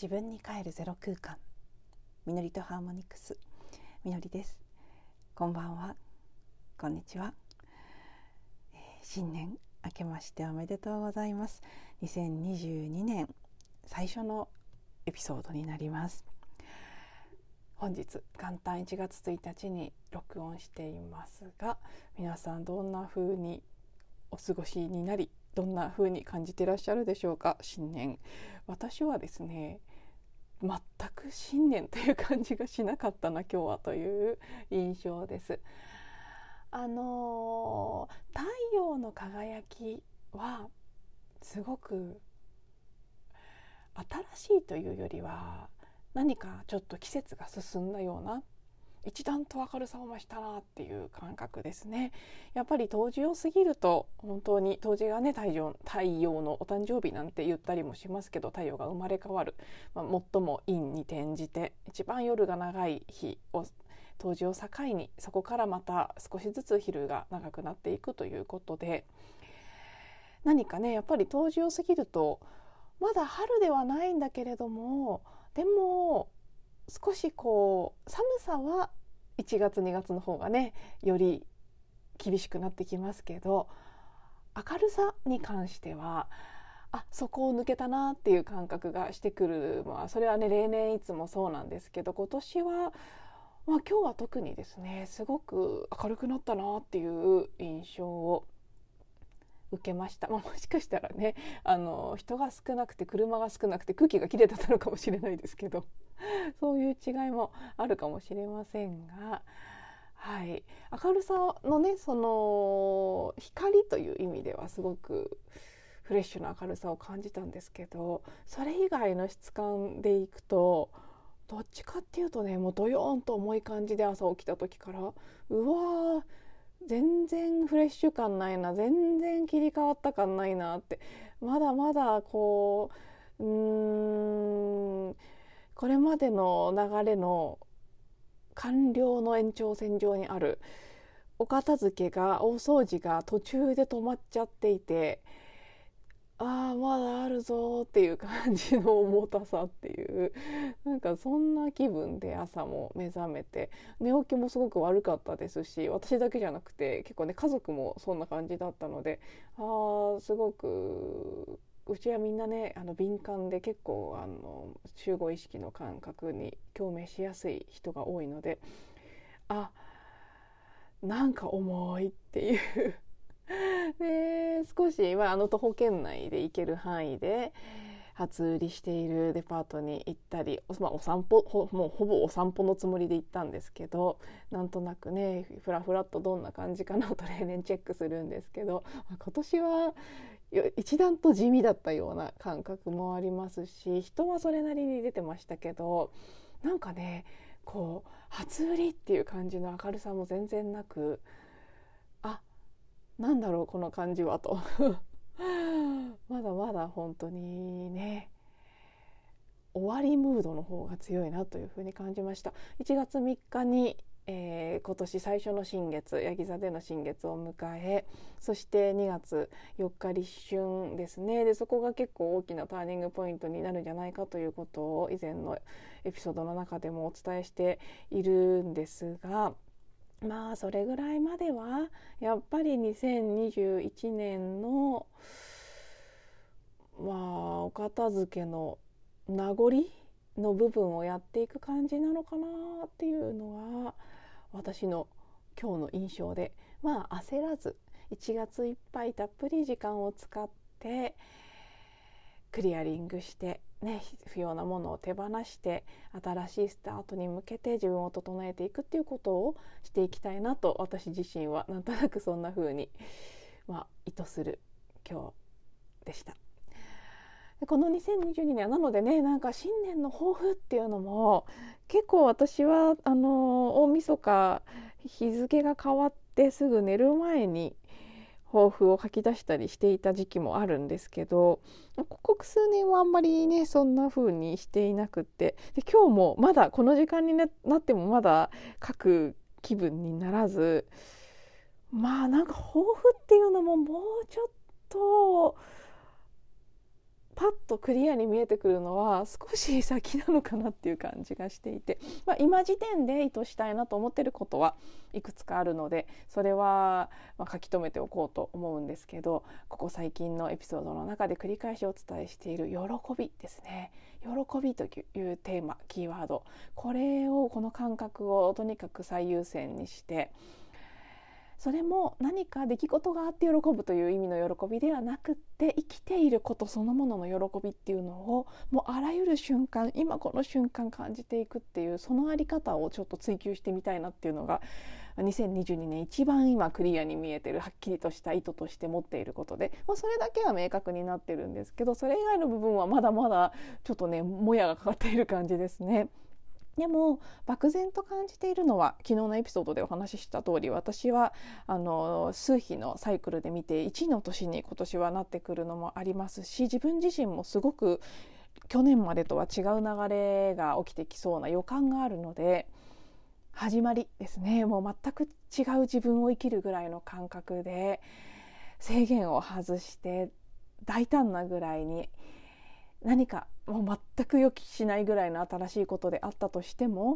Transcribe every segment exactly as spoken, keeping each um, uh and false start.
自分に帰るゼロ空間、みのりとハーモニクス、みのりです。こんばんは、こんにちは、えー、新年明けましておめでとうございます。にせんにじゅうにねん最初のエピソードになります。本日元旦いちがつついたちに録音していますが、皆さんどんな風にお過ごしになり、どんな風に感じていらっしゃるでしょうか。新年、私はですね、全く新年という感じがしなかったな今日はという印象です。あのー、太陽の輝きはすごく新しいというよりは、何かちょっと季節が進んだような、一段と明るさを増したなっていう感覚ですね。やっぱり冬至を過ぎると、本当に冬至がね、太陽、太陽のお誕生日なんて言ったりもしますけど、太陽が生まれ変わる、まあ、最も陰に転じて一番夜が長い日を、冬至を境にそこからまた少しずつ昼が長くなっていくということで、何かね、やっぱり冬至を過ぎるとまだ春ではないんだけれども、でも少しこう寒さはいちがつにがつの方がねより厳しくなってきますけど、明るさに関してはあそこを抜けたなっていう感覚がしてくる。まあそれはね例年いつもそうなんですけど、今年はまあ今日は特にですね、すごく明るくなったなっていう印象を受けました。まあ、もしかしたらね、あの人が少なくて車が少なくて空気がきれいだったのかもしれないですけどそういう違いもあるかもしれませんが、はい、明るさのね、その光という意味ではすごくフレッシュな明るさを感じたんですけど、それ以外の質感でいくとどっちかっていうとね、もうドヨーンと重い感じで朝起きた時から、うわー全然フレッシュ感ないな、全然切り替わった感ないなって、まだまだこう、うーんこれまでの流れの完了の延長線上にある、お片付けが大掃除が途中で止まっちゃっていて、ああまだあるぞっていう感じの重たさっていう、なんかそんな気分で朝も目覚めて、寝起きもすごく悪かったですし、私だけじゃなくて結構ね家族もそんな感じだったので、あすごくうちはみんなねあの敏感で、結構あの集合意識の感覚に共鳴しやすい人が多いので、あなんか重いっていうで少し、まあ、あの徒歩圏内で行ける範囲で初売りしているデパートに行ったり、まあ、お散歩ほもうほぼお散歩のつもりで行ったんですけど、なんとなくねふらふらっとどんな感じかなと例年チェックするんですけど、今年は一段と地味だったような感覚もありますし、人はそれなりに出てましたけど、なんかねこう初売りっていう感じの明るさも全然なく、あなんだろうこの感じはとまだまだ本当にね終わりムードの方が強いなというふうに感じました。いちがつみっかに、えー、今年最初の新月、ヤギ座での新月を迎え、そしてにがつよっか立春ですね。でそこが結構大きなターニングポイントになるんじゃないかということを以前のエピソードの中でもお伝えしているんですが、まあそれぐらいまではやっぱりにせんにじゅういちねんのまあお片付けの名残の部分をやっていく感じなのかなっていうのが私の今日の印象で、まあ焦らずいちがついっぱいたっぷり時間を使ってクリアリングしてね、不要なものを手放して新しいスタートに向けて自分を整えていくっていうことをしていきたいなと、私自身はなんとなくそんな風に、まあ、意図する今日でした。でこのにせんにじゅうにねんはなのでね、なんか新年の抱負っていうのも結構私はあの大晦日日付が変わってすぐ寝る前に抱負を書き出したりしていた時期もあるんですけど、ここ数年はあんまりねそんな風にしていなくって、で今日もまだこの時間になってもまだ書く気分にならず、まあなんか抱負っていうのももうちょっとパッとクリアに見えてくるのは少し先なのかなっていう感じがしていて、まあ、今時点で意図したいなと思っていることはいくつかあるので、それはまあ書き留めておこうと思うんですけど、ここ最近のエピソードの中で繰り返しお伝えしている喜びですね。喜びというテーマ、キーワード、これをこの感覚をとにかく最優先にして、それも何か出来事があって喜ぶという意味の喜びではなくって、生きていることそのものの喜びっていうのをもうあらゆる瞬間、今この瞬間感じていくっていう、そのあり方をちょっと追求してみたいなっていうのがにせんにじゅうにねん一番今クリアに見えてる、はっきりとした意図として持っていることで、まあ、それだけは明確になってるんですけど、それ以外の部分はまだまだちょっとねもやがかかっている感じですね。でも漠然と感じているのは、昨日のエピソードでお話しした通り、私はあの数比のサイクルで見ていちの年に今年はなってくるのもありますし、自分自身もすごく去年までとは違う流れが起きてきそうな予感があるので、始まりですね。もう全く違う自分を生きるぐらいの感覚で、制限を外して大胆なぐらいに、何かもう全く予期しないぐらいの新しいことであったとしても、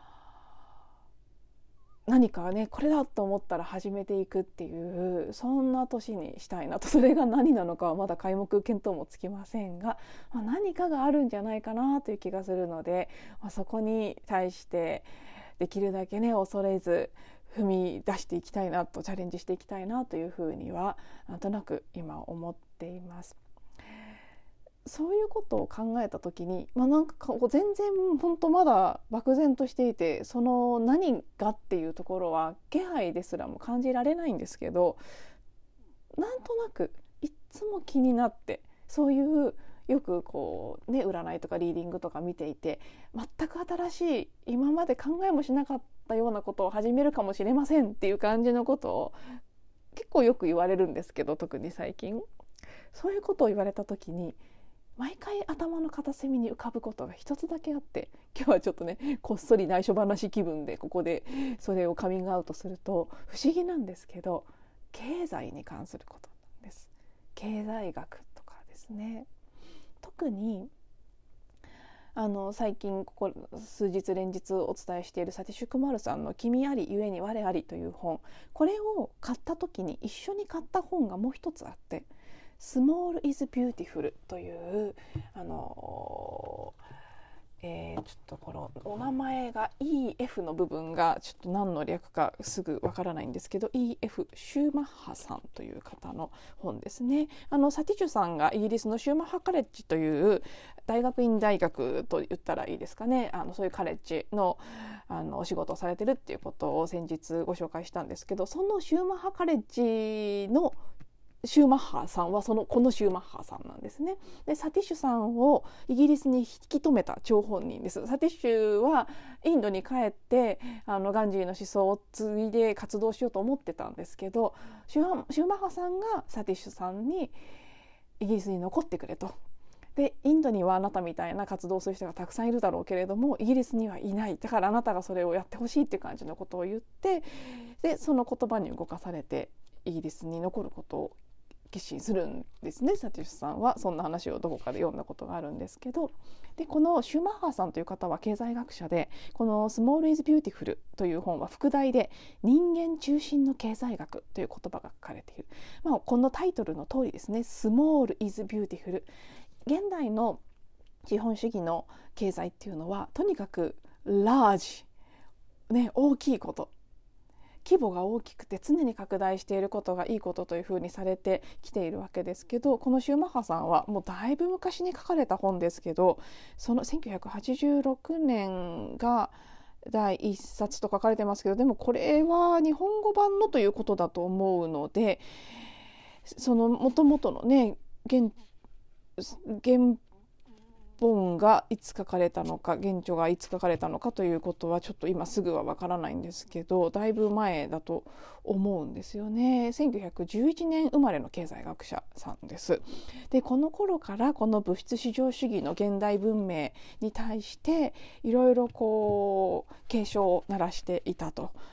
何かねこれだと思ったら始めていくっていう、そんな年にしたいなと。それが何なのかはまだ皆目見当もつきませんが、まあ、何かがあるんじゃないかなという気がするので、まあ、そこに対してできるだけね恐れず踏み出していきたいなと、チャレンジしていきたいなというふうにはなんとなく今思っています。そういうことを考えた時に、まあ、なんか全然本当まだ漠然としていて、その何がっていうところは気配ですらも感じられないんですけど、なんとなくいつも気になって、そういうよくこうね占いとかリーディングとか見ていて、全く新しい今まで考えもしなかったようなことを始めるかもしれませんっていう感じのことを結構よく言われるんですけど、特に最近そういうことを言われた時に毎回頭の片隅に浮かぶことが一つだけあって、今日はちょっとねこっそり内緒話気分でここでそれをカミングアウトすると、不思議なんですけど経済に関することなんです。経済学とかですね。特にあの最近ここ数日連日お伝えしているサティシュクマルさんの君ありゆえに我ありという本、これを買った時に一緒に買った本がもう一つあって、Small is Beautiful というあのえー、ちょっとこのお名前が イーエフ の部分がちょっと何の略かすぐわからないんですけど、 イーエフ シューマッハさんという方の本ですね。あのサティシュさんがイギリスのシューマッハカレッジという大学院大学と言ったらいいですかね、あのそういうカレッジのあのお仕事をされてるっていうことを先日ご紹介したんですけど、そのシューマッハカレッジのシューマッハさんはそのこのシューマッハさんなんですね。でサティッシュさんをイギリスに引き止めた張本人です。サティッシュはインドに帰ってあのガンジーの思想を継いで活動しようと思ってたんですけど、シュー、シューマッハさんがサティッシュさんにイギリスに残ってくれと。でインドにはあなたみたいな活動をする人がたくさんいるだろうけれどもイギリスにはいない、だからあなたがそれをやってほしいっていう感じのことを言って、でその言葉に動かされてイギリスに残ることを決心するんですね。サティシュさんはそんな話をどこかで読んだことがあるんですけど、でこのシューマッハさんという方は経済学者で、この Small is Beautiful という本は副題で人間中心の経済学という言葉が書かれている、まあ、このタイトルの通りですね。 Small is Beautiful、 現代の資本主義の経済っていうのはとにかくラージ、ね、大きいこと、規模が大きくて常に拡大していることがいいことというふうにされてきているわけですけど、このシューマッハさんはもうだいぶ昔に書かれた本ですけど、そのせんきゅうひゃくはちじゅうろくねんがだいいっさつと書かれてますけど、でもこれは日本語版のということだと思うので、その元々のね原原本がいつ書かれたのか、原著がいつ書かれたのかということはちょっと今すぐはわからないんですけど、だいぶ前だと思うんですよね。せんきゅうひゃくじゅういちねん生まれの経済学者さんです。でこの頃からこの物質至上主義の現代文明に対していろいろこう警鐘を鳴らしていたと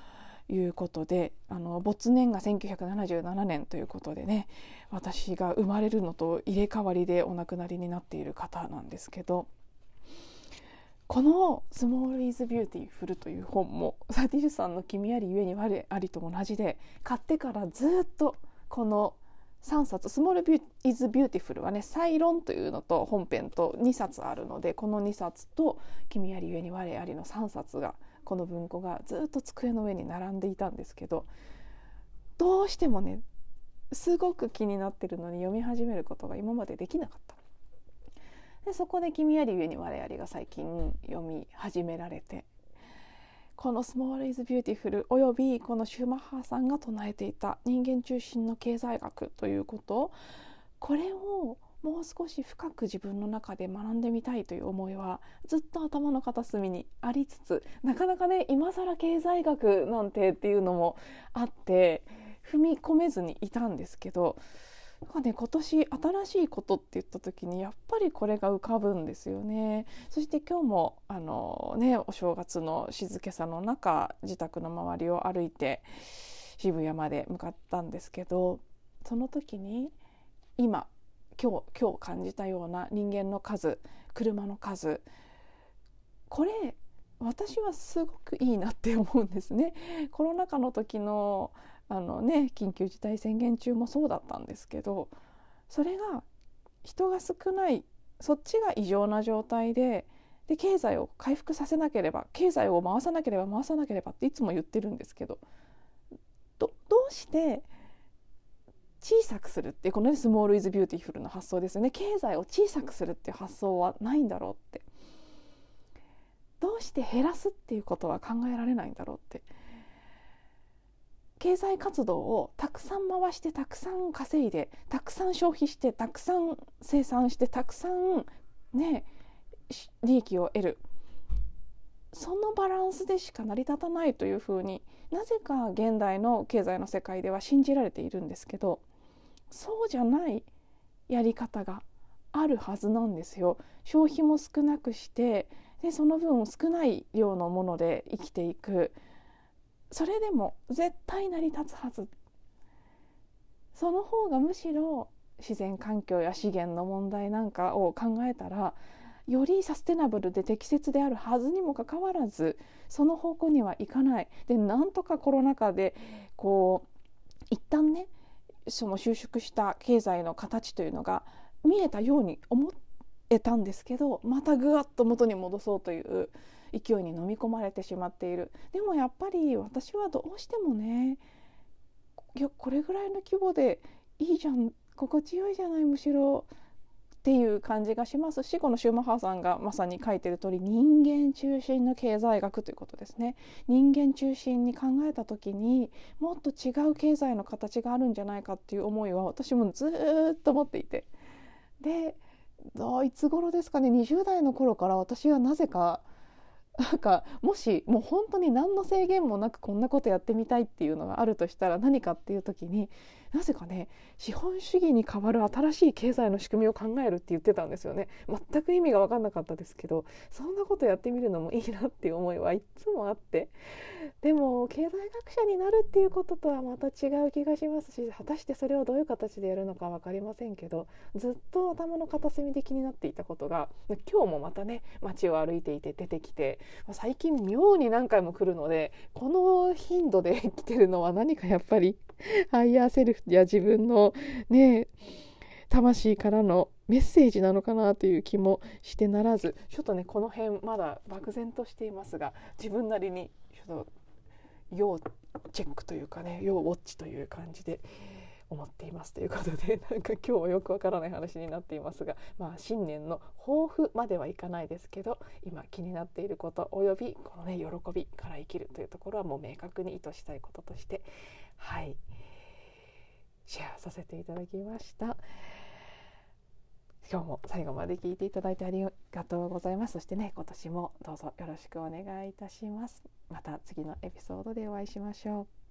いうことで、あの没年がせんきゅうひゃくななじゅうななねんということでね、私が生まれるのと入れ替わりでお亡くなりになっている方なんですけど、この「スモール・イズ・ビューティフル」という本もサティシュさんの「君ありゆえに我あり」と同じで、買ってからずっとこのさんさつ、スモール・イズ・ビューティフルはね、再論というのと本編とにさつあるので、このにさつと君ありゆえに我ありのさんさつが、この文庫がずっと机の上に並んでいたんですけど、どうしてもねすごく気になってるのに読み始めることが今までできなかった。でそこで君ありゆえに我ありが最近読み始められて、このスモールイズビューティフルおよびこのシューマッハーさんが唱えていた人間中心の経済学ということ、これをもう少し深く自分の中で学んでみたいという思いはずっと頭の片隅にありつつ、なかなかね今更経済学なんてっていうのもあって踏み込めずにいたんですけど、なんかね、今年新しいことって言った時にやっぱりこれが浮かぶんですよね。そして今日もあの、ね、お正月の静けさの中、自宅の周りを歩いて渋谷まで向かったんですけど、その時に今今日今日感じたような人間の数、車の数、これ私はすごくいいなって思うんですね。コロナ禍の時のあのね、緊急事態宣言中もそうだったんですけど、それが人が少ない、そっちが異常な状態で、で経済を回復させなければ、経済を回さなければ回さなければっていつも言ってるんですけど、 ど, どうして小さくするっていう、この、ね、スモールイズビューティフルの発想ですよね。経済を小さくするっていう発想はないんだろうって、どうして減らすっていうことは考えられないんだろうって、経済活動をたくさん回して、たくさん稼いで、たくさん消費して、たくさん生産して、たくさんね利益を得る、そのバランスでしか成り立たないというふうになぜか現代の経済の世界では信じられているんですけど、そうじゃないやり方があるはずなんですよ。消費も少なくして、でその分少ない量のもので生きていく、それでも絶対成り立つはず。その方がむしろ自然環境や資源の問題なんかを考えたらよりサステナブルで適切であるはずにもかかわらず、その方向にはいかない。でなんとかコロナ禍でこう一旦ね、その収縮した経済の形というのが見えたように思えたんですけど、またぐわっと元に戻そうという勢いに飲み込まれてしまっている。でもやっぱり私はどうしてもね、いやこれぐらいの規模でいいじゃん、心地よいじゃない、むしろっていう感じがしますし、このシューマッハさんがまさに書いてる通り、人間中心の経済学ということですね。人間中心に考えた時にもっと違う経済の形があるんじゃないかっていう思いは私もずっと持っていて、でいつ頃ですかね、にじゅう代の頃から私はなぜかなんかもしもう本当に何の制限もなくこんなことやってみたいっていうのがあるとしたら何かっていう時に、なぜかね資本主義に代わる新しい経済の仕組みを考えるって言ってたんですよね。全く意味が分かんなかったですけど、そんなことやってみるのもいいなっていう思いはいつもあって、でも経済学者になるっていうこととはまた違う気がしますし、果たしてそれをどういう形でやるのか分かりませんけど、ずっと頭の片隅で気になっていたことが今日もまたね街を歩いていて出てきて、最近妙に何回も来るので、この頻度で来てるのは何かやっぱりハイヤーセルフや自分のね魂からのメッセージなのかなという気もしてならず、ちょっとねこの辺まだ漠然としていますが、自分なりにちょっと要チェックというかね、要ウォッチという感じで思っていますということで、なんか今日はよくわからない話になっていますが、まあ新年の抱負まではいかないですけど、今気になっていることおよびこのね喜びから生きるというところはもう明確に意図したいこととしてはいシェアさせていただきました。今日も最後まで聞いていただいてありがとうございます。そしてね今年もどうぞよろしくお願いいたします。また次のエピソードでお会いしましょう。